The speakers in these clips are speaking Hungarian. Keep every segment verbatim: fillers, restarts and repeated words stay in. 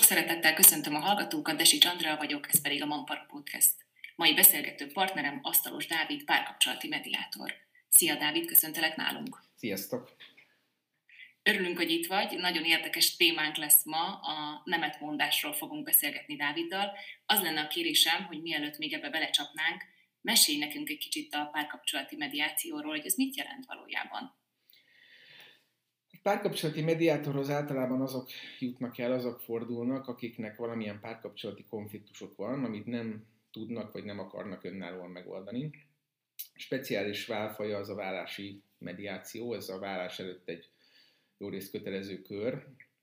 szeretettel köszöntöm a hallgatókat, Desics Andrea vagyok, ez pedig a Manpark Podcast. Mai beszélgető partnerem Asztalos Dávid, párkapcsolati mediátor. Szia Dávid, köszöntelek nálunk! Sziasztok! Örülünk, hogy itt vagy, nagyon érdekes témánk lesz ma, a nemetmondásról fogunk beszélgetni Dáviddal. Az lenne a kérésem, hogy mielőtt még ebbe belecsapnánk, mesélj nekünk egy kicsit a párkapcsolati mediációról, hogy ez mit jelent valójában. A párkapcsolati mediátorhoz általában azok jutnak el, azok fordulnak, akiknek valamilyen párkapcsolati konfliktusok van, amit nem tudnak vagy nem akarnak önállóan megoldani. Speciális válfaja az a vállási mediáció, ez a vállás előtt egy jó részt kötelező kör.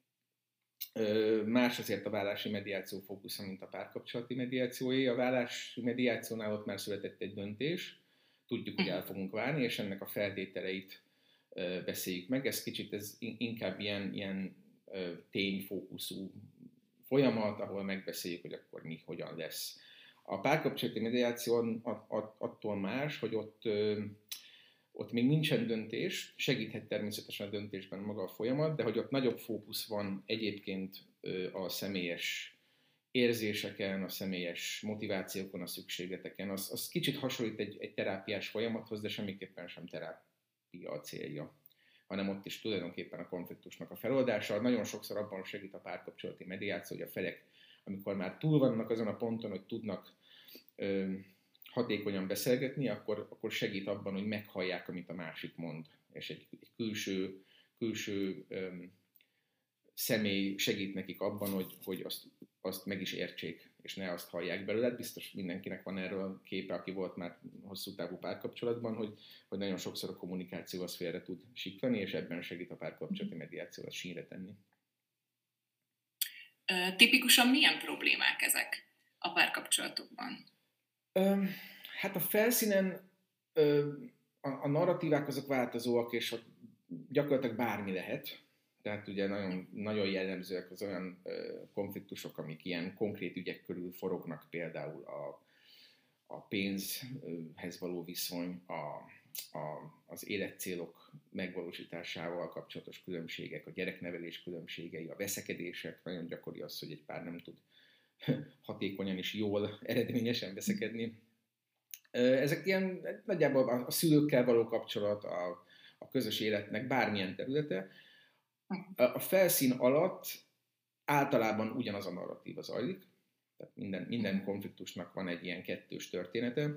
Más azért a vállási mediáció fókusza, mint a párkapcsolati mediációé. A vállási mediációnál ott már született egy döntés, tudjuk, hogy el fogunk válni, és ennek a feltételeit beszéljük meg. Ez kicsit ez inkább ilyen, ilyen tényfókuszú folyamat, ahol megbeszéljük, hogy akkor mi, hogyan lesz. A párkapcsolati mediáció attól más, hogy ott, ott még nincsen döntés, segíthet természetesen a döntésben maga a folyamat, de hogy ott nagyobb fókusz van egyébként a személyes érzéseken, a személyes motivációkon, a szükségleteken. Az, az kicsit hasonlít egy, egy terápiás folyamathoz, de semmiképpen sem terápia a célja, hanem ott is tulajdonképpen a konfliktusnak a feloldása. Nagyon sokszor abban segít a párkapcsolati mediáció, hogy a felek, amikor már túl vannak azon a ponton, hogy tudnak ö, hatékonyan beszélgetni, akkor, akkor segít abban, hogy meghallják, amit a másik mond. És egy, egy külső, külső ö, személy segít nekik abban, hogy, hogy azt, azt meg is értsék, és ne azt hallják belőle. Biztos mindenkinek van erről képe, aki volt már hosszú távú párkapcsolatban, hogy, hogy nagyon sokszor a kommunikáció az félre tud siklani, és ebben segít a párkapcsolati mediáció, azt sínre tenni. Tipikusan milyen problémák ezek a párkapcsolatokban? Hát a felszínen a, a narratívák azok változóak, és ott gyakorlatilag bármi lehet. Tehát ugye nagyon, nagyon jellemzőek az olyan konfliktusok, amik ilyen konkrét ügyek körül forognak, például a, a pénzhez való viszony, a, a, az életcélok megvalósításával kapcsolatos különbségek, a gyereknevelés különbségei, a veszekedések. Nagyon gyakori az, hogy egy pár nem tud hatékonyan és jól, eredményesen veszekedni. Ezek ilyen nagyjából a szülőkkel való kapcsolat, a, a közös életnek bármilyen területe. A felszín alatt általában ugyanaz a narratíva zajlik, tehát minden, minden konfliktusnak van egy ilyen kettős története.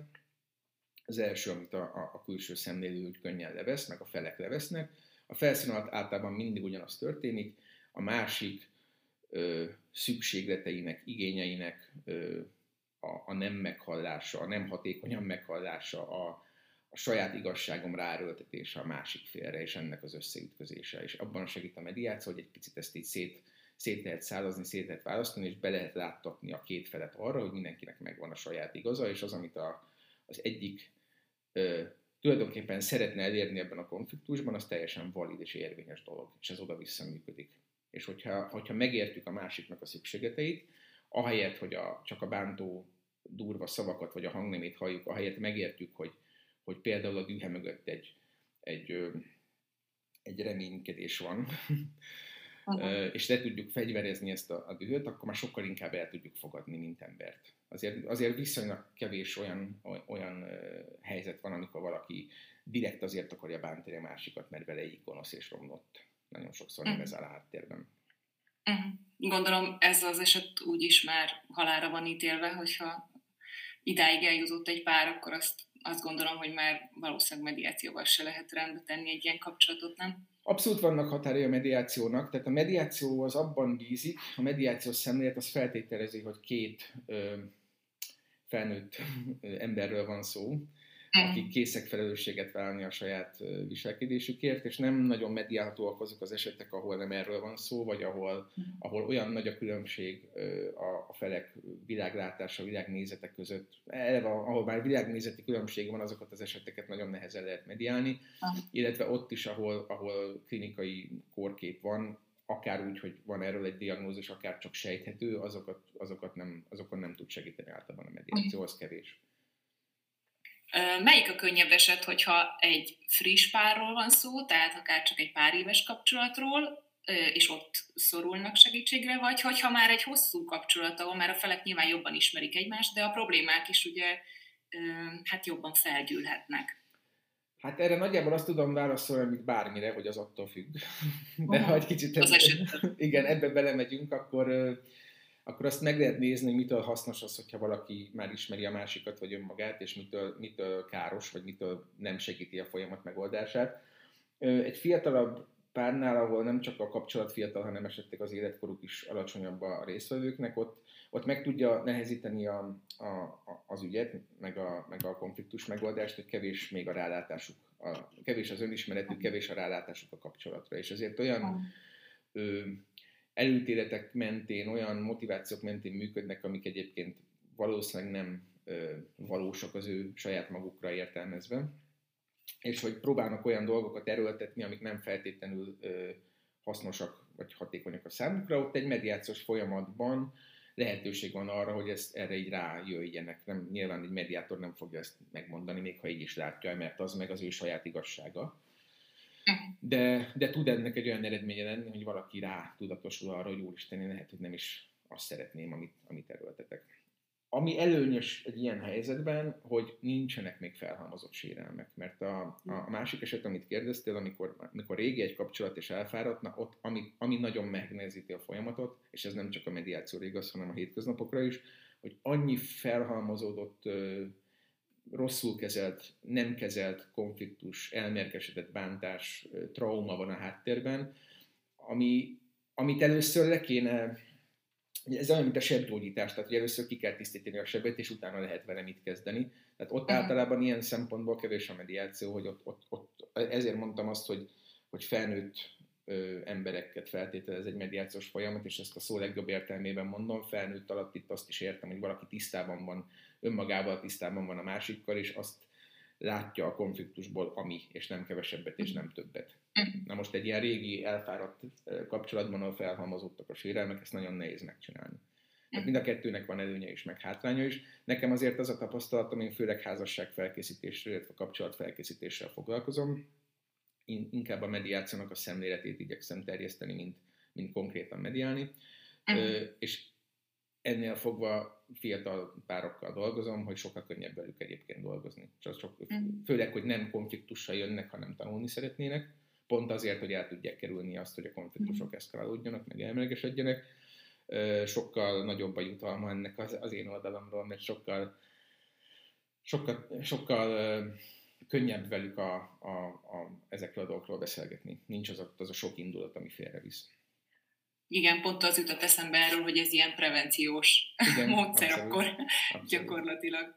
Az első, amit a, a, a külső szemlélő úgy könnyen levesz, meg a felek levesznek. A felszín alatt általában mindig ugyanaz történik, a másik ö, szükségleteinek, igényeinek ö, a, a nem meghallása, a nem hatékonyan meghallása, a a saját igazságom ráerőltetése a másik félre, és ennek az összeütközése. És abban segít a mediáció, hogy egy picit ezt így szét, szét lehet szálazni, szét lehet választani, és be lehet láttatni a két felet arra, hogy mindenkinek megvan a saját igaza, és az, amit a, az egyik ö, tulajdonképpen szeretne elérni ebben a konfliktusban, az teljesen valid és érvényes dolog, és ez oda-vissza működik. És hogyha, hogyha megértjük a másiknak a szükségleteit, ahelyett, hogy a, csak a bántó durva szavakat, vagy a hangnemét halljuk, ahelyett megértjük, hogy hogy például a dühe mögött egy, egy, egy reménykedés van, uh-huh. és le tudjuk fegyverezni ezt a, a dühöt, akkor már sokkal inkább el tudjuk fogadni, mint embert. Azért, azért viszonylag kevés olyan, olyan helyzet van, amikor valaki direkt azért akarja bántani a másikat, mert vele így gonosz és romlott. Nagyon sokszor nem uh-huh. ez áll a háttérben. Uh-huh. Gondolom ez az eset úgyis már halálra van ítélve, hogyha idáig eljutott egy pár, akkor azt azt gondolom, hogy már valószínűleg mediációval se lehet rendbe tenni egy ilyen kapcsolatot, nem? Abszolút vannak határai a mediációnak, tehát a mediáció az abban bízik, a mediációs szemlélet az feltételezi, hogy két ö, felnőtt ö, emberről van szó, akik készek felelősséget vállalni a saját viselkedésükért, és nem nagyon mediálhatóak azok az esetek, ahol nem erről van szó, vagy ahol, ahol olyan nagy a különbség a felek világlátása, világnézetek között. Eleve, ahol már világnézeti különbség van, azokat az eseteket nagyon nehezen lehet mediálni, illetve ott is, ahol, ahol klinikai kórkép van, akár úgy, hogy van erről egy diagnózis, akár csak sejthető, azokat, azokat nem, azokon nem tud segíteni általában a mediáció, az kevés. Melyik a könnyebb eset, hogyha egy friss párról van szó, tehát akár csak egy pár éves kapcsolatról, és ott szorulnak segítségre, vagy hogyha már egy hosszú kapcsolat, ahol már a felek nyilván jobban ismerik egymást, de a problémák is ugye hát jobban felgyűlhetnek. Hát erre nagyjából azt tudom válaszolni, amit bármire, hogy az attól függ. De ha egy kicsit az ebbe, igen, ebbe belemegyünk, akkor, akkor azt meg lehet nézni, hogy mitől hasznos az, hogyha valaki már ismeri a másikat, vagy önmagát, és mitől, mitől káros, vagy mitől nem segíti a folyamat megoldását. Egy fiatalabb párnál, ahol nem csak a kapcsolat fiatal, hanem esetleg az életkoruk is alacsonyabb a résztvevőknek, ott, ott meg tudja nehezíteni a, a, a, az ügyet, meg a, meg a konfliktus megoldást, hogy kevés még a rálátásuk, a, kevés az önismeretük, kevés a rálátásuk a kapcsolatra. És ezért olyan ö, előítéletek mentén, olyan motivációk mentén működnek, amik egyébként valószínűleg nem ö, valósak az ő saját magukra értelmezve, és hogy próbálnak olyan dolgokat erőltetni, amik nem feltétlenül ö, hasznosak vagy hatékonyak a számukra, ott egy mediációs folyamatban lehetőség van arra, hogy ezt, erre így rájöjjenek. Nem, nyilván egy mediátor nem fogja ezt megmondani, még ha így is látja, mert az meg az ő saját igazsága. De, de tud ennek egy olyan eredménye lenni, hogy valaki rá tudatosul arra, hogy úristen, én lehet, hogy nem is azt szeretném, amit, amit erőltetek. Ami előnyös egy ilyen helyzetben, hogy nincsenek még felhalmozott sérelmek, mert a, a másik eset, amit kérdeztél, amikor, amikor régi egy kapcsolat és elfáradt, ott ami, ami nagyon megnehezíti a folyamatot, és ez nem csak a mediációra igaz, hanem a hétköznapokra is, hogy annyi felhalmozódott, rosszul kezelt, nem kezelt konfliktus, elmérgesedett bántás, trauma van a háttérben, ami, amit először le kéne. Ez olyan, mint a sebgyógyítás, tehát hogy először ki kell tisztítani a sebet, és utána lehet vele mit kezdeni. Tehát ott uh-huh. általában ilyen szempontból kevés a mediáció, hogy ott, ott, ott ezért mondtam azt, hogy, hogy felnőtt ö, embereket feltételez egy mediációs folyamat, és ezt a szó legjobb értelmében mondom, felnőtt alatt itt azt is értem, hogy valaki tisztában van önmagával, tisztában van a másikkal, és azt látja a konfliktusból, ami, és nem kevesebbet, és nem többet. Na most egy ilyen régi, elfáradt kapcsolatban, ahol felhalmozottak a sérelmek, ezt nagyon nehéz megcsinálni. Tehát mind a kettőnek van előnye is, meg hátránya is. Nekem azért az a tapasztalatom, én főleg házasságfelkészítésről, illetve kapcsolatfelkészítéssel foglalkozom. Én inkább a mediációnak a szemléletét igyekszem terjeszteni, mint, mint konkrétan mediálni. Uh-huh. És ennél fogva fiatal párokkal dolgozom, hogy sokkal könnyebb velük egyébként dolgozni. Csak, csak, főleg, hogy nem konfliktussal jönnek, hanem tanulni szeretnének. Pont azért, hogy el tudják kerülni azt, hogy a konfliktusok eszkalálódjanak, meg elmelegesedjenek. Sokkal nagyobb a jutalma ennek az, az én oldalamról, mert sokkal, sokkal, sokkal könnyebb velük a, a, a, ezekről a dolgokról beszélgetni. Nincs az a, az a sok indulat, ami félrevisz. Igen, pont az jutott eszembe erről, hogy ez ilyen prevenciós Igen, módszer abszolút, akkor abszolút. Gyakorlatilag.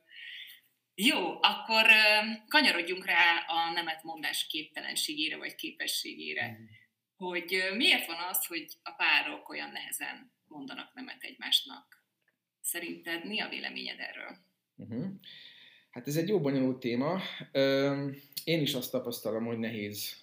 Jó, akkor kanyarodjunk rá a nemetmondás képtelenségére vagy képességére. Mm. Hogy miért van az, hogy a párok olyan nehezen mondanak nemet egymásnak? Szerinted mi a véleményed erről? Uh-huh. Hát ez egy jó bonyolult téma. Én is azt tapasztalom, hogy nehéz.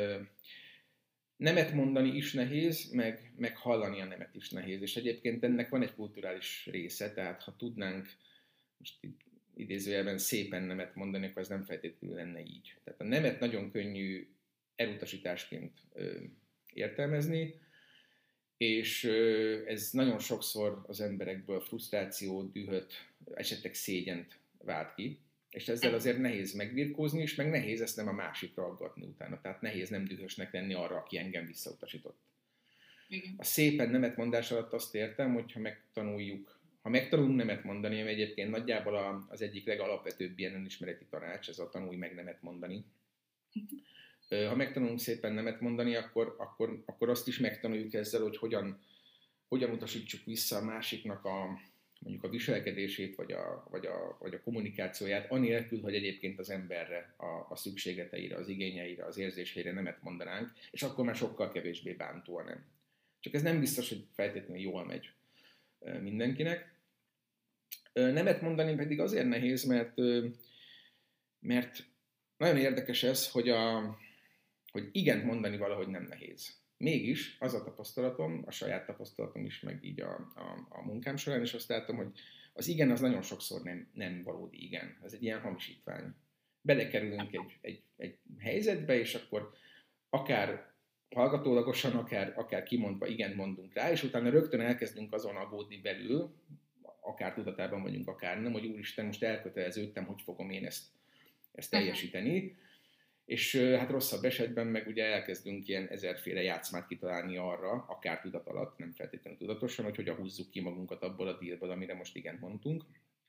Nemet mondani is nehéz, meg, meg hallani a nemet is nehéz. És egyébként ennek van egy kulturális része, tehát ha tudnánk, most idézőjelben szépen nemet mondani, akkor ez nem feltétlenül lenne így. Tehát a nemet nagyon könnyű elutasításként ö, értelmezni, és ö, ez nagyon sokszor az emberekből frusztrációt, dühöt, esetleg szégyent vált ki. És ezzel azért nehéz megbirkózni, és meg nehéz ezt nem a másikra aggatni utána. Tehát nehéz nem dühösnek lenni arra, aki engem visszautasított. Igen. A szépen nemet mondás alatt azt értem, hogy ha megtanuljuk, ha megtanulunk nemet mondani, ami egyébként nagyjából az egyik legalapvetőbb ilyen önismereti tanács, ez a tanulj meg nemet mondani. Ha megtanulunk szépen nemet mondani, akkor, akkor, akkor azt is megtanuljuk ezzel, hogy hogyan, hogyan utasítsuk vissza a másiknak a mondjuk a viselkedését, vagy a, vagy, a, vagy a kommunikációját, anélkül, hogy egyébként az emberre, a, a szükségleteire, az igényeire, az érzéseire nemet mondanánk, és akkor már sokkal kevésbé bántó a nem. Csak ez nem biztos, hogy feltétlenül jól megy mindenkinek. Nemet mondani pedig azért nehéz, mert, mert nagyon érdekes ez, hogy, a, hogy igent mondani valahogy nem nehéz. Mégis az a tapasztalatom, a saját tapasztalatom is, meg így a, a, a munkám során, és azt láttam, hogy az igen az nagyon sokszor nem, nem valódi igen. Ez egy ilyen hamisítvány. Belekerülünk egy, egy, egy helyzetbe, és akkor akár hallgatólagosan, akár, akár kimondva igen mondunk rá, és utána rögtön elkezdünk azon aggódni belül, akár tudatában vagyunk, akár nem, hogy úristen, most elköteleződtem, hogy fogom én ezt, ezt teljesíteni. És hát rosszabb esetben meg ugye elkezdünk ilyen ezerféle játszmát kitalálni arra, akár tudat alatt, nem feltétlenül tudatosan, hogy hogyan húzzuk ki magunkat abból a dílből, amire most igen mondtunk.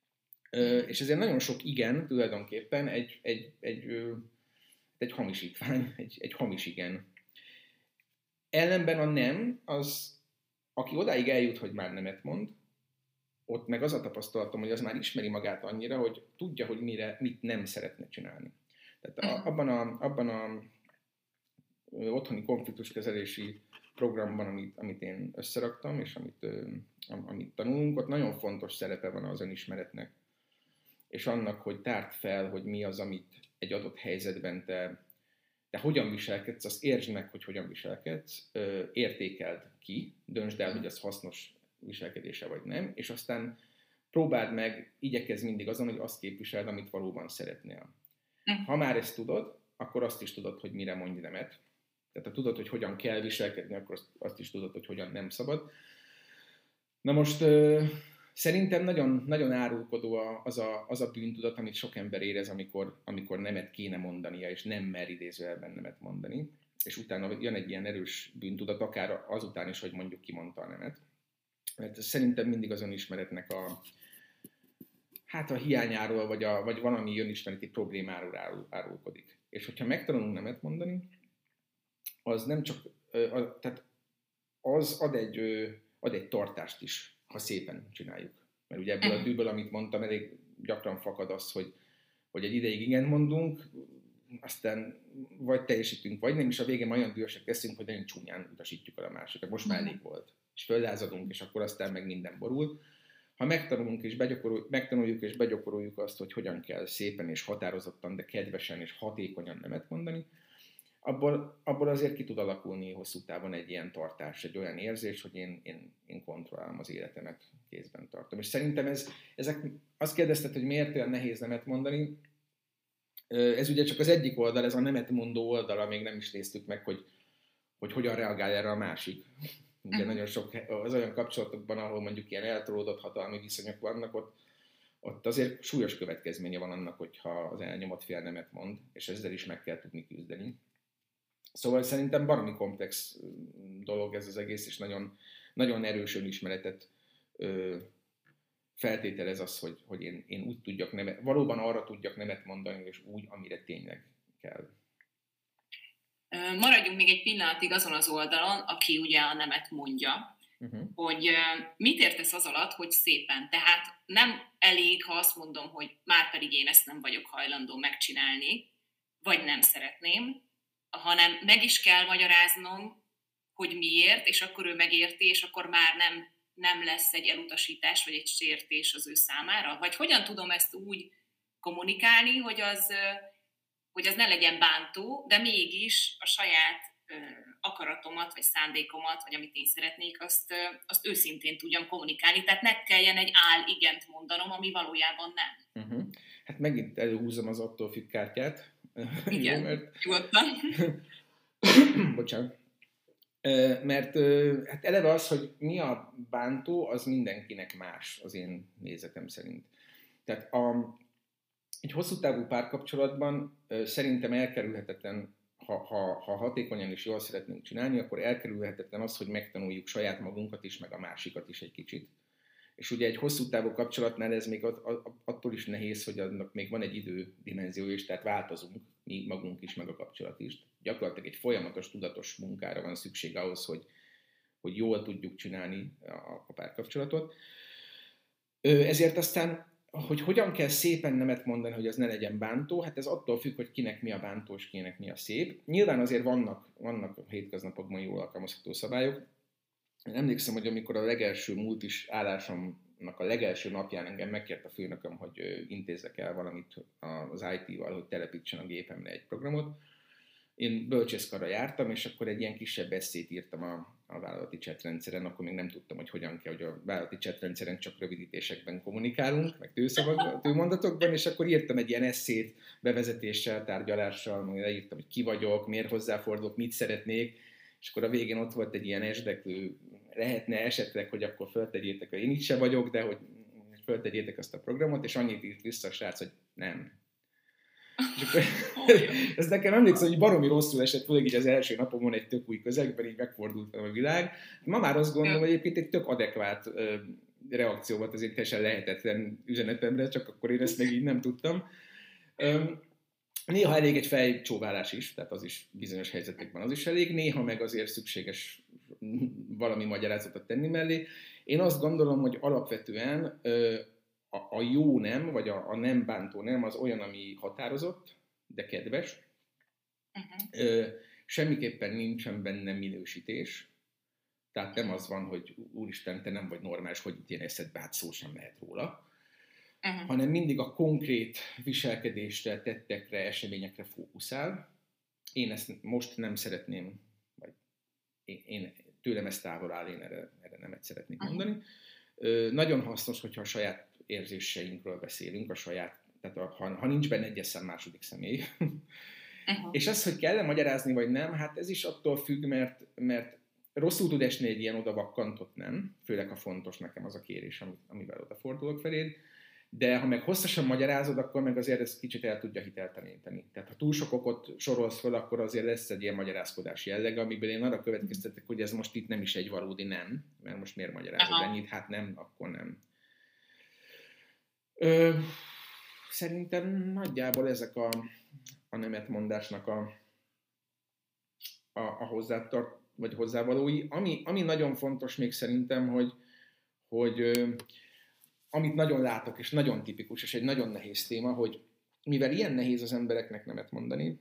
És ezért nagyon sok igen tulajdonképpen egy, egy, egy, egy hamisítvány, egy, egy hamis igen. Ellenben a nem, az, aki odáig eljut, hogy már nemet mond, ott meg az a tapasztalatom, hogy az már ismeri magát annyira, hogy tudja, hogy mire, mit nem szeretne csinálni. Tehát a, abban a, abban a otthoni konfliktuskezelési programban, amit, amit én összeraktam, és amit, amit tanulunk, ott nagyon fontos szerepe van az önismeretnek. És annak, hogy tárd fel, hogy mi az, amit egy adott helyzetben te, te hogyan viselkedsz, azt értsd meg, hogy hogyan viselkedsz, értékeld ki, döntsd el, hogy az hasznos viselkedése vagy nem, és aztán próbáld meg, igyekezz mindig azon, hogy azt képviseld, amit valóban szeretnél. Ha már ezt tudod, akkor azt is tudod, hogy mire mondj nemet. Tehát ha tudod, hogy hogyan kell viselkedni, akkor azt is tudod, hogy hogyan nem szabad. Na most szerintem nagyon, nagyon árulkodó az a, az a bűntudat, amit sok ember érez, amikor, amikor nemet kéne mondania, és nem mer idézőjelben nemet mondani. És utána jön egy ilyen erős bűntudat, akár azután is, hogy mondjuk kimondta a nemet. Mert szerintem mindig az önismeretnek a, hát a hiányáról, vagy, a, vagy valami önismereti problémáról árul, árulkodik. És hogyha megtanulunk nemet mondani, az nem csak, a, tehát az ad egy, ad egy tartást is, ha szépen csináljuk. Mert ugye ebből a dűből, amit mondtam, elég gyakran fakad az, hogy, hogy egy ideig igen mondunk, aztán vagy teljesítünk, vagy nem, és a végén olyan dühösek leszünk, hogy nagyon csúnyán utasítjuk el a másikat. Most már elég volt. És föllázadunk, és akkor aztán meg minden borul. Ha megtanulunk és megtanuljuk és begyakoroljuk azt, hogy hogyan kell szépen és határozottan, de kedvesen és hatékonyan nemet mondani, abból, abból azért ki tud alakulni hosszú távon egy ilyen tartás, egy olyan érzés, hogy én, én, én kontrollálom az életemet, kézben tartom. És szerintem ez, ezek, azt kérdezted, hogy miért olyan nehéz nemet mondani, ez ugye csak az egyik oldal, ez a nemet mondó oldala, még nem is néztük meg, hogy, hogy hogyan reagál erre a másik. Ugye nagyon sok az olyan kapcsolatokban, ahol mondjuk ilyen eltolódott hatalmi viszonyok vannak, ott, ott azért súlyos következménye van annak, hogyha az elnyomott fél nemet mond, és ezzel is meg kell tudni küzdeni. Szóval szerintem baromi komplex dolog ez az egész, és nagyon, nagyon erős önismeretet ö, feltételez az, hogy, hogy én, én úgy tudjak nemet, valóban arra tudjak nemet mondani, és úgy, amire tényleg kell. Maradjunk még egy pillanatig azon az oldalon, aki ugye a nemet mondja, uh-huh. hogy mit értesz az alatt, hogy szépen. Tehát nem elég, ha azt mondom, hogy már pedig én ezt nem vagyok hajlandó megcsinálni, vagy nem szeretném, hanem meg is kell magyaráznom, hogy miért, és akkor ő megérti, és akkor már nem, nem lesz egy elutasítás, vagy egy sértés az ő számára. Vagy hogyan tudom ezt úgy kommunikálni, hogy az... hogy az ne legyen bántó, de mégis a saját ö, akaratomat, vagy szándékomat, vagy amit én szeretnék, azt, ö, azt őszintén tudjam kommunikálni. Tehát ne kelljen egy áll-igent mondanom, ami valójában nem. Uh-huh. Hát megint előhúzom az attól függ kártyát. Igen, jó, mert... nyugodtan. Bocsánat. Mert hát eleve az, hogy mi a bántó, az mindenkinek más, az én nézetem szerint. Tehát a egy hosszú távú párkapcsolatban ö, szerintem elkerülhetetlen, ha, ha, ha hatékonyan és jól szeretnénk csinálni, akkor elkerülhetetlen az, hogy megtanuljuk saját magunkat is, meg a másikat is egy kicsit. És ugye egy hosszú távú kapcsolatnál ez még att, attól is nehéz, hogy annak még van egy idődimenzió is, tehát változunk mi magunk is, meg a kapcsolat is. Gyakorlatilag egy folyamatos, tudatos munkára van szükség ahhoz, hogy, hogy jól tudjuk csinálni a, a párkapcsolatot. Ö, ezért aztán hogy hogyan kell szépen nemet mondani, hogy az ne legyen bántó, hát ez attól függ, hogy kinek mi a bántó, és kinek mi a szép. Nyilván azért vannak, vannak a hétköznapokban jól alkalmazható szabályok. Én emlékszem, hogy amikor a legelső multis állásomnak a legelső napján engem megkért a főnököm, hogy intézzek el valamit az í té-val, hogy telepítsen a gépemre egy programot. Én bölcsészkarra jártam, és akkor egy ilyen kisebb esszét írtam a, a vállalati chatrendszeren, akkor még nem tudtam, hogy hogyan kell, hogy a vállalati chatrendszeren csak rövidítésekben kommunikálunk, meg tőszavak, tőmondatokban, és akkor írtam egy ilyen esszét bevezetéssel, tárgyalással, leírtam, hogy ki vagyok, miért hozzáfordulok, mit szeretnék, és akkor a végén ott volt egy ilyen esdeklő, lehetne esetleg, hogy akkor föltegyétek, hogy én itt se vagyok, de hogy föltegyétek azt a programot, és annyit írt vissza a srác, hogy nem. És akkor, ez nekem emlékszem, hogy baromi rosszul esett, főleg így az első napomon egy tök új közegben, így megfordult a világ. Ma már azt gondolom, hogy egyébként egy tök adekvát reakció volt az én teljesen lehetetlen üzenetemre, csak akkor én ezt meg így nem tudtam. Néha elég egy fejcsóválás is, tehát az is bizonyos helyzetekben az is elég, néha meg azért szükséges valami magyarázatot tenni mellé. Én azt gondolom, hogy alapvetően a, a jó nem, vagy a, a nem bántó nem az olyan, ami határozott, de kedves. Uh-huh. Semmiképpen nincsen benne minősítés. Tehát nem az van, hogy úristen, te nem vagy normális, hogy itt ilyen eszedbe, hát szó sem lehet róla. Uh-huh. Hanem mindig a konkrét viselkedésre, tettekre, eseményekre fókuszál. Én ezt most nem szeretném, vagy én, én tőlem ezt távol áll, én erre, erre nem szeretnék uh-huh. mondani. Ö, nagyon hasznos, hogyha a saját érzéseinkről beszélünk, a saját, tehát a, ha, ha nincs benne egyes szem, második személy. Uh-huh. És az, hogy kell-e magyarázni, vagy nem, hát ez is attól függ, mert, mert rosszul tud esni egy ilyen odavakkantot, nem? Főleg, ha fontos nekem az a kérés, amivel odafordulok feléd. De ha meg hosszasan magyarázod, akkor meg azért ez kicsit el tudja hitelteleníteni. Tehát ha túl sok okot sorolsz fel, akkor azért lesz egy ilyen magyarázkodás jelleg, amiből én arra következtetek, hogy ez most itt nem is egy valódi nem, mert most miért magyarázod Aha. ennyit? Hát nem, akkor nem. Ö, szerintem nagyjából ezek a, a nemetmondásnak a, a, a hozzátart, vagy hozzávalói. Ami, ami nagyon fontos még szerintem, hogy, hogy amit nagyon látok, és nagyon tipikus, és egy nagyon nehéz téma, hogy mivel ilyen nehéz az embereknek nemet mondani,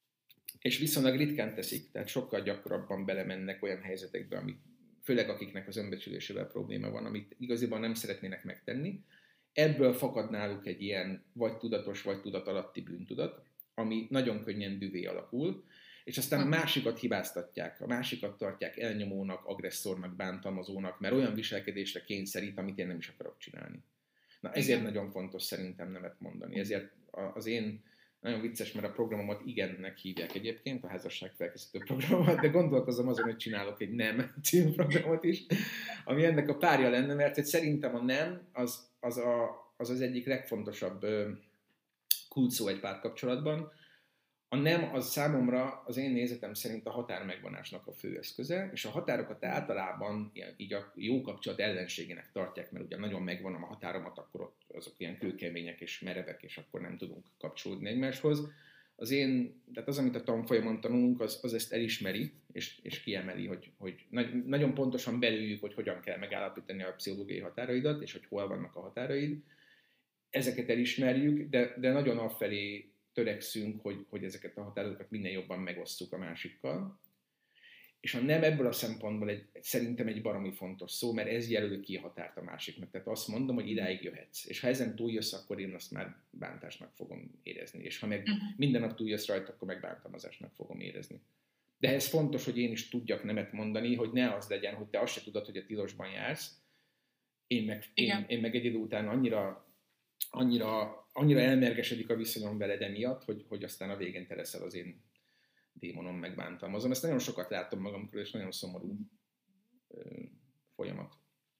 és viszonylag ritkán teszik, tehát sokkal gyakrabban belemennek olyan helyzetekbe, amik, főleg akiknek az önbecsülésével probléma van, amit igaziban nem szeretnének megtenni, ebből fakad náluk egy ilyen vagy tudatos, vagy tudatalatti bűntudat, ami nagyon könnyen dühvé alakul, és aztán a másikat hibáztatják, a másikat tartják elnyomónak, agresszornak, bántalmazónak, mert olyan viselkedésre kényszerít, amit én nem is akarok csinálni. Na ezért Igen. nagyon fontos szerintem nemet mondani. Ezért az én, nagyon vicces, mert a programomat igennek hívják egyébként, a házasságfelkészítő programomat, de gondolkozom azon, hogy csinálok egy nem című programot is, ami ennek a párja lenne, mert hogy szerintem a nem az az, a, az, az egyik legfontosabb kulcsszó egy párkapcsolatban. A nem az számomra, az én nézetem szerint a határ megvonásnak a fő eszköze, és a határokat általában így a jó kapcsolat ellenségének tartják, mert ugye nagyon megvonom a határomat, akkor ott azok ilyen kőkemények és merevek, és akkor nem tudunk kapcsolódni egymáshoz. Az én, tehát az, amit a tanfolyamon tanulunk, az, az ezt elismeri, és, és kiemeli, hogy, hogy nagyon pontosan belüljük, hogy hogyan kell megállapítani a pszichológiai határaidat, és hogy hol vannak a határaid. Ezeket elismerjük, de, de nagyon afelé törekszünk, hogy, hogy ezeket a határokat minél jobban megosszuk a másikkal. És a nem ebből a szempontból egy, szerintem egy baromi fontos szó, mert ez jelöl ki a határt a másiknak. Tehát azt mondom, hogy idáig jöhetsz. És ha ezen túljössz, akkor én azt már bántásnak fogom érezni. És ha meg minden nap túljössz rajta, akkor meg bántalmazásnak fogom érezni. De ez fontos, hogy én is tudjak nemet mondani, hogy ne az legyen, hogy te azt se tudod, hogy a tilosban jársz. Én meg, én, én meg egy idő után annyira, annyira, annyira elmergesedik a viszonyom veled emiatt, hogy, hogy aztán a végén te leszel az én démonom, meg bántalmazom. Ezt nagyon sokat látom magamkról, és nagyon szomorú ö, folyamat.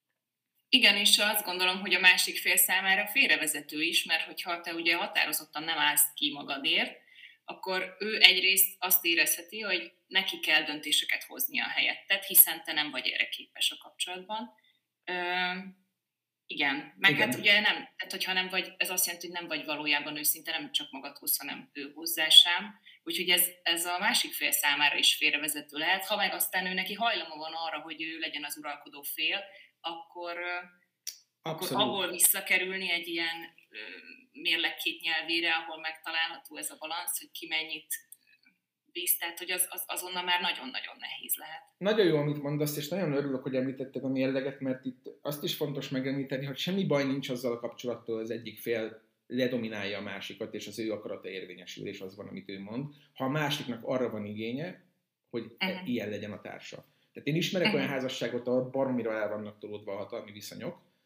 Igen, és azt gondolom, hogy a másik fél számára félrevezető is, mert hogyha te ugye határozottan nem állsz ki magadért, akkor ő egyrészt azt érezheti, hogy neki kell döntéseket hoznia a helyetted, hiszen te nem vagy erre képes a kapcsolatban. Ö, igen, meg igen. Hát ugye nem, tehát hogyha nem vagy, ez azt jelenti, hogy nem vagy valójában őszinte, nem csak magadhoz, hanem ő hozzá sem. Úgyhogy ez, ez a másik fél számára is félrevezető lehet. Ha meg aztán ő neki hajlama van arra, hogy ő legyen az uralkodó fél, akkor, akkor abból visszakerülni egy ilyen mérleg-két nyelvére, ahol megtalálható ez a balansz, hogy ki mennyit visz, tehát hogy az, az, azonnal már nagyon-nagyon nehéz lehet. Nagyon jó, amit mondasz, és nagyon örülök, hogy említetted a mérleget, mert itt azt is fontos megemlíteni, hogy semmi baj nincs azzal a kapcsolattól, az egyik fél ledominálja a másikat, és az ő akarata érvényesül, és az van, amit ő mond. Ha a másiknak arra van igénye, hogy uh-huh. ilyen legyen a társa. Tehát én ismerek uh-huh. olyan házasságot, ahol baromira el vannak tolódva a hatalmi viszonyok,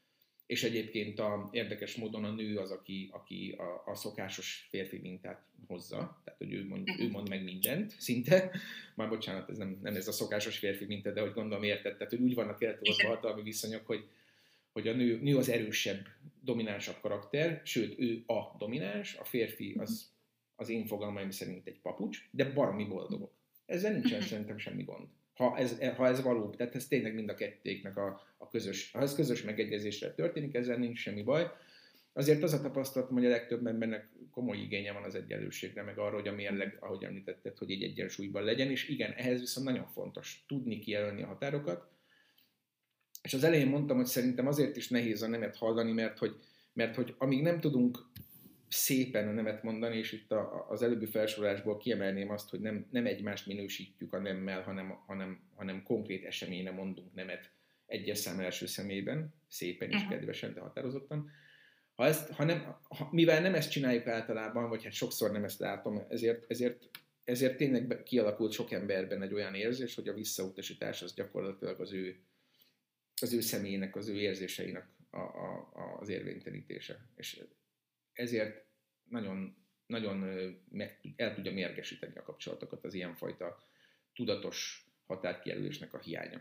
és egyébként a, érdekes módon a nő az, aki, aki a, a szokásos férfi mintát hozza, tehát hogy ő mond, ő mond meg mindent, szinte. Már bocsánat, ez nem, nem ez a szokásos férfi minta, de hogy gondolom érted, tehát hogy úgy vannak eltolódva hatalmi viszonyok, hogy, hogy a nő, nő az erősebb, dominánsabb karakter, sőt, ő a domináns, a férfi az, az én fogalmaim szerint egy papucs, de baromi boldogok. Ezzel nincsen szerintem semmi gond. Ha ez, ha ez való, tehát ez tényleg mind a kettéknek a, a közös, ha ez közös megegyezésre történik, ezzel nincs semmi baj. Azért az a tapasztalatom, hogy a legtöbb embernek komoly igénye van az egyenlőségre, meg arra, hogy a mérleg, ahogy említetted, hogy így egyensúlyban legyen, és igen, ehhez viszont nagyon fontos tudni kijelölni a határokat. És az elején mondtam, hogy szerintem azért is nehéz a nemet hallani, mert hogy, mert hogy amíg nem tudunk szépen a nemet mondani, és itt a, az előbbi felsorolásból kiemelném azt, hogy nem, nem egymást minősítjük a nemmel, hanem, hanem, hanem konkrét eseményre mondunk nemet egyes szám első személyben, szépen és kedvesen, de határozottan. Ha ezt, ha nem, ha, mivel nem ezt csináljuk általában, vagy hát sokszor nem ezt látom, ezért, ezért, ezért tényleg kialakult sok emberben egy olyan érzés, hogy a visszautasítás az gyakorlatilag az ő, az ő személyének, az ő érzéseinek a, a, az érvénytelenítése. És ezért nagyon, nagyon meg, el tudja mérgesíteni a kapcsolatokat az ilyenfajta tudatos határkijelölésnek a hiánya.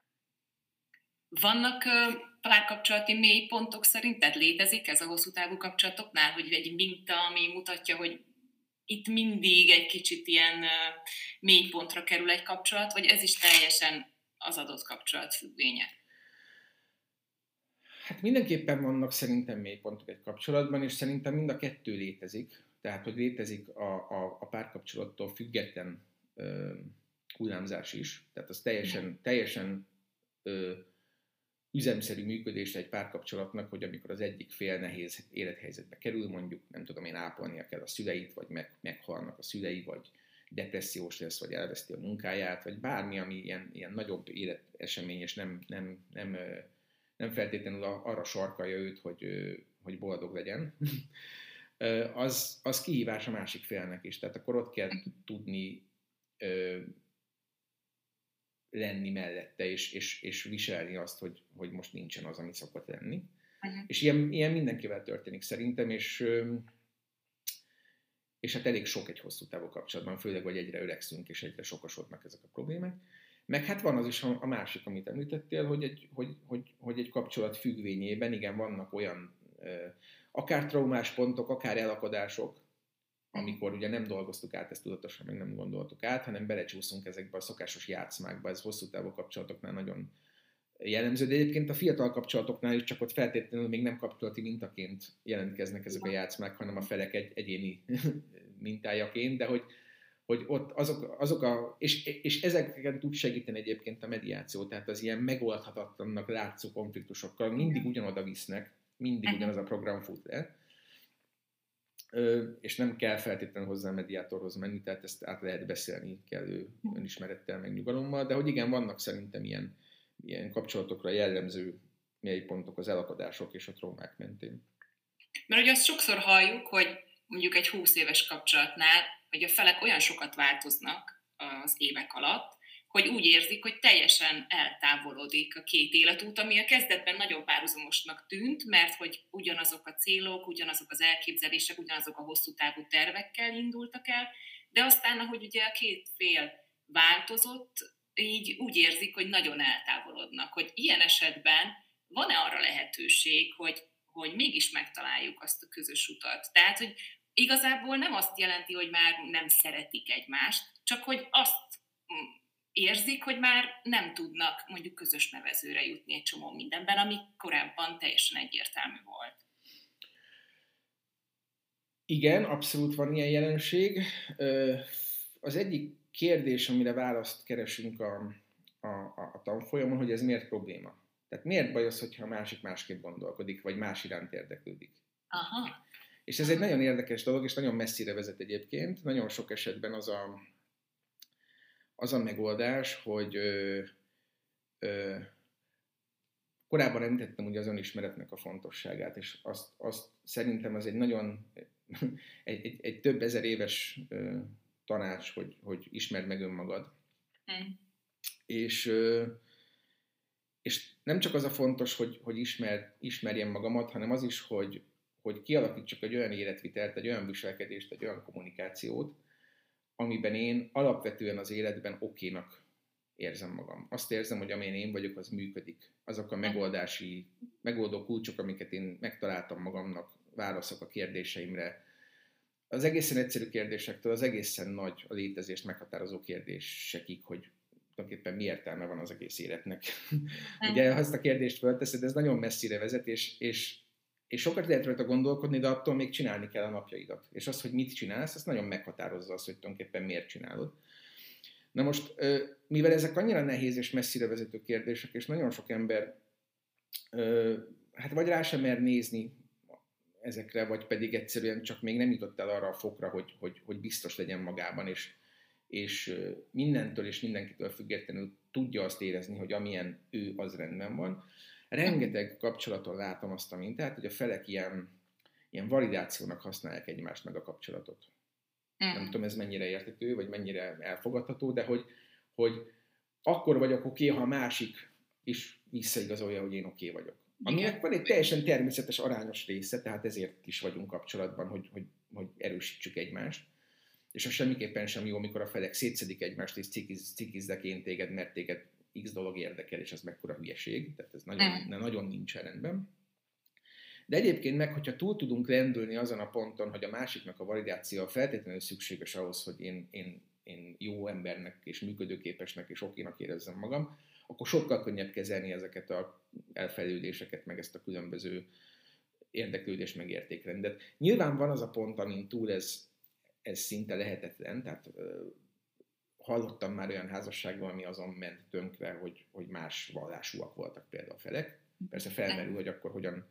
Vannak párkapcsolati mélypontok szerinted? Létezik ez a hosszú távú kapcsolatoknál, hogy egy minta, ami mutatja, hogy itt mindig egy kicsit ilyen mélypontra kerül egy kapcsolat, vagy ez is teljesen az adott kapcsolat függvénye? Hát mindenképpen vannak szerintem mélypontok egy kapcsolatban, és szerintem mind a kettő létezik. Tehát, hogy létezik a, a, a párkapcsolattól független ö, hullámzás is. Tehát az teljesen, teljesen ö, üzemszerű működés egy párkapcsolatnak, hogy amikor az egyik fél nehéz élethelyzetbe kerül, mondjuk nem tudom én, ápolnia kell a szüleit, vagy meg, meghalnak a szülei, vagy depressziós lesz, vagy elveszti a munkáját, vagy bármi, ami ilyen, ilyen nagyobb életesemény, és nem, nem, nem, nem feltétlenül arra sarkalja őt, hogy, hogy boldog legyen, az, az kihívás a másik félnek is. Tehát akkor ott kell tudni lenni mellette, és, és, és viselni azt, hogy, hogy most nincsen az, ami szokott lenni. Uh-huh. És ilyen, ilyen mindenkivel történik szerintem, és, és hát elég sok egy hosszú távú kapcsolatban, főleg, hogy egyre öregszünk, és egyre sokasodnak ezek a problémák. Meg hát van az is a másik, amit említettél, hogy egy, hogy, hogy, hogy egy kapcsolat függvényében, igen, vannak olyan akár traumás pontok, akár elakadások, amikor ugye nem dolgoztuk át ezt tudatosan, meg nem gondoltuk át, hanem belecsúszunk ezekbe a szokásos játszmákba, ez hosszú távú kapcsolatoknál nagyon jellemző, de egyébként a fiatal kapcsolatoknál is csak ott feltétlenül még nem kapcsolati mintaként jelentkeznek ezek a játszmák, hanem a felek egy egyéni mintájaként, de hogy, hogy ott azok, azok a, és, és ezeken tud segíteni egyébként a mediáció, tehát az ilyen megoldhatatlannak látszó konfliktusokkal mindig ugyanoda visznek, mindig ugyanaz a program fut le, és nem kell feltétlenül hozzá a mediátorhoz menni, tehát ezt át lehet beszélni kellő önismerettel, meg nyugalommal, de hogy igen, vannak szerintem ilyen, ilyen kapcsolatokra jellemző mélypontok, az elakadások és a traumák mentén. Mert ugye azt sokszor halljuk, hogy mondjuk egy húsz éves kapcsolatnál, hogy a felek olyan sokat változnak az évek alatt, hogy úgy érzik, hogy teljesen eltávolodik a két életút, ami a kezdetben nagyon párhuzamosnak tűnt, mert hogy ugyanazok a célok, ugyanazok az elképzelések, ugyanazok a hosszú távú tervekkel indultak el, de aztán, ahogy ugye a két fél változott, így úgy érzik, hogy nagyon eltávolodnak, hogy ilyen esetben van-e arra lehetőség, hogy, hogy mégis megtaláljuk azt a közös utat. Tehát, hogy igazából nem azt jelenti, hogy már nem szeretik egymást, csak hogy azt érzik, hogy már nem tudnak mondjuk közös nevezőre jutni egy csomó mindenben, ami korábban teljesen egyértelmű volt. Igen, abszolút van ilyen jelenség. Az egyik kérdés, amire választ keresünk a, a, a tanfolyamon, hogy ez miért probléma. Tehát miért baj az, hogyha a másik másképp gondolkodik, vagy más iránt érdeklődik. Aha. És ez egy nagyon érdekes dolog, és nagyon messzire vezet egyébként. Nagyon sok esetben az a az a megoldás, hogy ö, ö, korábban említettem ugye az önismeretnek a fontosságát, és azt, azt szerintem ez egy nagyon, egy, egy, egy több ezer éves ö, tanács, hogy, hogy ismerd meg önmagad. Mm. És, ö, és nem csak az a fontos, hogy, hogy ismer, ismerjem magamat, hanem az is, hogy, hogy kialakítsak egy olyan életvitelt, egy olyan viselkedést, egy olyan kommunikációt, amiben én alapvetően az életben okénak érzem magam. Azt érzem, hogy amilyen én vagyok, az működik. Azok a megoldási, megoldó kulcsok, amiket én megtaláltam magamnak, válaszok a kérdéseimre, az egészen egyszerű kérdésektől az egészen nagy, a létezést meghatározó kérdésekig, hogy tulajdonképpen mi értelme van az egész életnek. Ugye, ha ezt a kérdést fölteszed, ez nagyon messzire vezet, és, és, és sokat lehet rajta gondolkodni, de attól még csinálni kell a napjaidat. És az, hogy mit csinálsz, az nagyon meghatározza azt, hogy tulajdonképpen miért csinálod. Na most, mivel ezek annyira nehéz és messzire vezető kérdések, és nagyon sok ember hát vagy rá sem mer nézni ezekre, vagy pedig egyszerűen csak még nem jutott el arra a fokra, hogy, hogy, hogy biztos legyen magában, és, és mindentől és mindenkitől függetlenül tudja azt érezni, hogy amilyen ő, az rendben van. Rengeteg kapcsolaton látom azt a mintát, hogy a felek ilyen, ilyen validációnak használják egymást meg a kapcsolatot. Mm. Nem tudom, ez mennyire érthető, vagy mennyire elfogadható, de hogy, hogy akkor vagyok oké, ha a másik is visszaigazolja, hogy én oké vagyok. Aminek van egy teljesen természetes, arányos része, tehát ezért is vagyunk kapcsolatban, hogy, hogy, hogy erősítsük egymást. És az semmiképpen sem jó, amikor a felek szétszedik egymást, és cikiz, cikizzek én téged, mert téged x dolog érdekel, és az mekkora hülyeség. Tehát ez nagyon, mm. nagyon nincs rendben. De egyébként meg, hogyha túl tudunk lendülni azon a ponton, hogy a másiknak a validáció feltétlenül szükséges ahhoz, hogy én, én, én jó embernek, és működőképesnek, és okénak érezzem magam, akkor sokkal könnyebb kezelni ezeket az elfejlődéseket, meg ezt a különböző érdeklődés, meg értékrendet. Nyilván van az a pont, amin túl ez, ez szinte lehetetlen, tehát uh, hallottam már olyan házasságban, ami azon ment tönkre, hogy, hogy más vallásúak voltak például a felek. Persze felmerül, hogy akkor hogyan,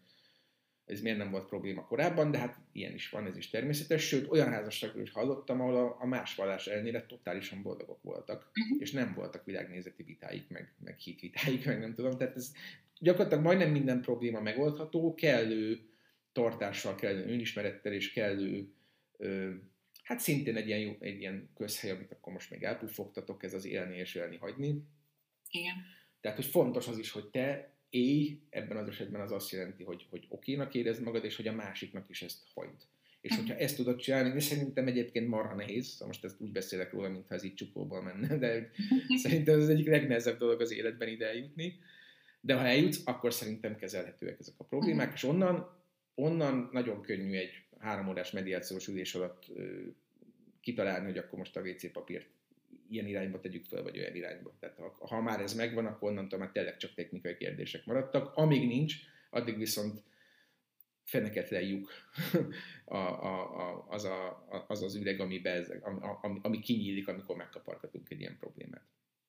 ez miért nem volt probléma korábban, de hát ilyen is van, ez is természetes. Sőt, olyan házasságról is hallottam, ahol a, a más vallás ellenére totálisan boldogok voltak, uh-huh. és nem voltak világnézeti vitáik, meg, meg hitvitáik, meg nem tudom. Tehát ez gyakorlatilag majdnem minden probléma megoldható, kellő tartással, kellő önismerettel, és kellő, ö, hát szintén egy ilyen, jó, egy ilyen közhely, amit akkor most még elpuffogtatok, ez az élni és élni hagyni. Igen. Tehát, hogy fontos az is, hogy te élj, ebben az esetben az azt jelenti, hogy, hogy okénak érezd magad, és hogy a másiknak is ezt hagyd. És hogyha ezt tudod csinálni, és szerintem egyébként marha nehéz, szóval most ezt úgy beszélek róla, mintha ez így csukóból menne, de szerintem ez az egyik legnehezebb dolog az életben ide eljutni. De ha eljutsz, akkor szerintem kezelhetőek ezek a problémák, és onnan, onnan nagyon könnyű egy három órás mediációs ülés alatt ö, kitalálni, hogy akkor most a vé cé papírt ilyen irányba tegyük fel, vagy olyan irányba. Tehát ha, ha már ez megvan, akkor onnantól már tényleg csak technikai kérdések maradtak. Amíg nincs, addig viszont feneket lejjük a, a, a, az, a, az az üreg, ami, be, ami, ami kinyílik, amikor megkapargatunk egy ilyen problémát.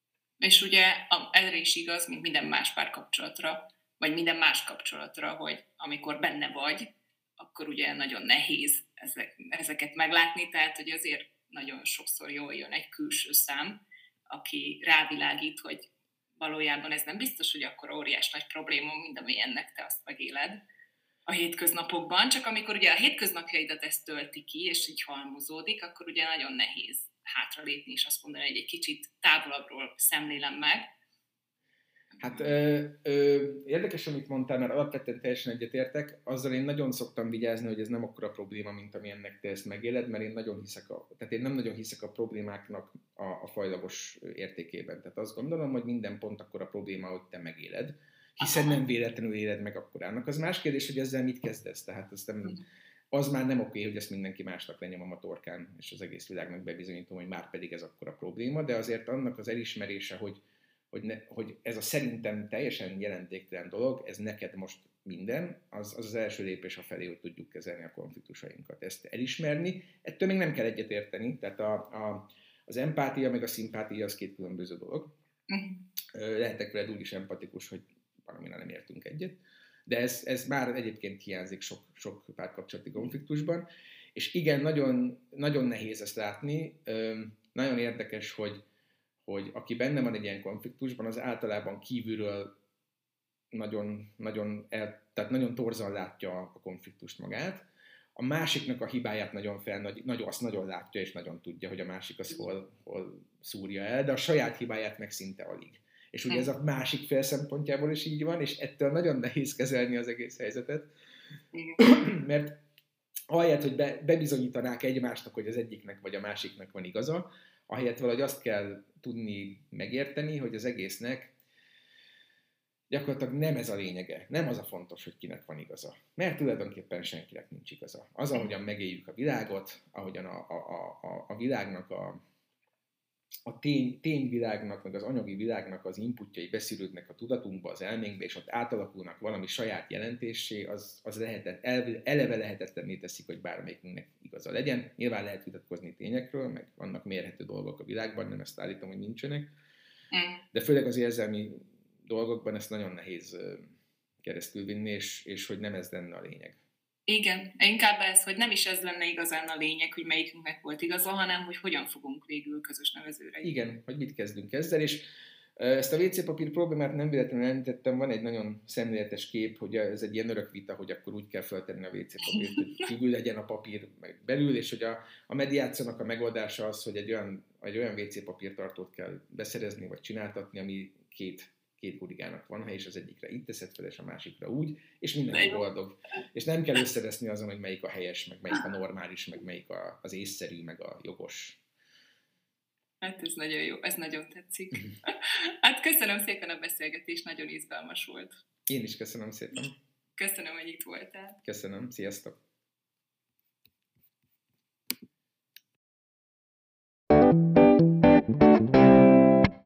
És ugye erre is igaz, mint minden más párkapcsolatra, vagy minden más kapcsolatra, hogy amikor benne vagy, akkor ugye nagyon nehéz ezek, ezeket meglátni, tehát hogy azért nagyon sokszor jól jön egy külső szám, aki rávilágít, hogy valójában ez nem biztos, hogy akkor óriás nagy probléma, mint amilyennek te azt megéled a hétköznapokban, csak amikor ugye a hétköznapjaidat ezt tölti ki, és így halmozódik, akkor ugye nagyon nehéz hátralépni, és azt mondani, hogy egy kicsit távolabbról szemlélem meg. Hát ö, ö, érdekes, amit mondtál, mert alapvetően teljesen egyetértek. Azzal én nagyon szoktam vigyázni, hogy ez nem akkora probléma, mint amilyennek te ezt megéled, mert én nagyon hiszek a, tehát én nem nagyon hiszek a problémáknak a, a fajlagos értékében. Tehát azt gondolom, hogy minden pont akkora probléma, hogy te megéled, hiszen nem véletlenül éled meg akkorának. Az más kérdés, hogy ezzel mit kezdesz. Tehát az, nem, az már nem oké, hogy ezt mindenki másnak lenyomom a torkán, és az egész világnak bebizonyítom, hogy már pedig ez akkora probléma, de azért annak az elismerése, hogy Hogy, ne, hogy ez a szerintem teljesen jelentéktelen dolog, ez neked most minden, az az, az első lépés a felé, hogy tudjuk kezelni a konfliktusainkat. Ezt elismerni, ettől még nem kell egyetérteni, tehát a, a, az empátia meg a szimpátia az két különböző dolog. Uh-huh. Lehetek veled úgy is empatikus, hogy valamire nem értünk egyet, de ez, ez már egyébként hiányzik sok, sok párkapcsolati konfliktusban, és igen, nagyon, nagyon nehéz ezt látni, nagyon érdekes, hogy hogy aki benne van egy ilyen konfliktusban, az általában kívülről nagyon, nagyon, el, tehát nagyon torzan látja a konfliktust magát. A másiknak a hibáját nagyon fel, nagyon, azt nagyon látja, és nagyon tudja, hogy a másik az hol, hol szúrja el, de a saját hibáját meg szinte alig. És ugye ez a másik fél szempontjából is így van, és ettől nagyon nehéz kezelni az egész helyzetet. Igen. Mert ahelyett, hogy be, bebizonyítanák egymásnak, hogy az egyiknek vagy a másiknak van igaza, ahelyett valahogy azt kell tudni megérteni, hogy az egésznek gyakorlatilag nem ez a lényege, nem az a fontos, hogy kinek van igaza. Mert tulajdonképpen senkinek nincs igaza. Az, ahogyan megéljük a világot, ahogyan a, a, a, a világnak, a, a tény, tényvilágnak, meg az anyagi világnak az inputjai beszűrődnek a tudatunkba, az elménkbe, és ott átalakulnak valami saját jelentésé, az, az lehetet, eleve lehetetlenné teszik, hogy bármelyikünknek igaza legyen. Nyilván lehet vitatkozni tényekről, meg vannak mérhető dolgok a világban, nem ezt állítom, hogy nincsenek. De főleg az érzelmi dolgokban ezt nagyon nehéz keresztül vinni, és, és hogy nem ez lenne a lényeg. Igen, inkább ez, hogy nem is ez lenne igazán a lényeg, hogy melyikünknek volt igaza, hanem hogy hogyan fogunk végül közös nevezőre. Igen, hogy mit kezdünk ezzel, és ezt a vé cé papír problémát nem véletlenül említettem, van egy nagyon szemléletes kép, hogy ez egy ilyen örök vita, hogy akkor úgy kell feltenni a vé cé papírt, hogy kívül legyen a papír meg belül, és hogy a, a mediációnak a megoldása az, hogy egy olyan, egy olyan vé cé papírtartót kell beszerezni, vagy csináltatni, ami két két hurigának van, és az egyikre itt teszed fel, és a másikra úgy, és mindenki boldog. És nem kell összeveszni azon, hogy melyik a helyes, meg melyik a normális, meg melyik a, az észszerű, meg a jogos. Hát ez nagyon jó, ez nagyon tetszik. Hát köszönöm szépen a beszélgetést, nagyon izgalmas volt. Én is köszönöm szépen. Köszönöm, hogy itt voltál. Köszönöm, sziasztok!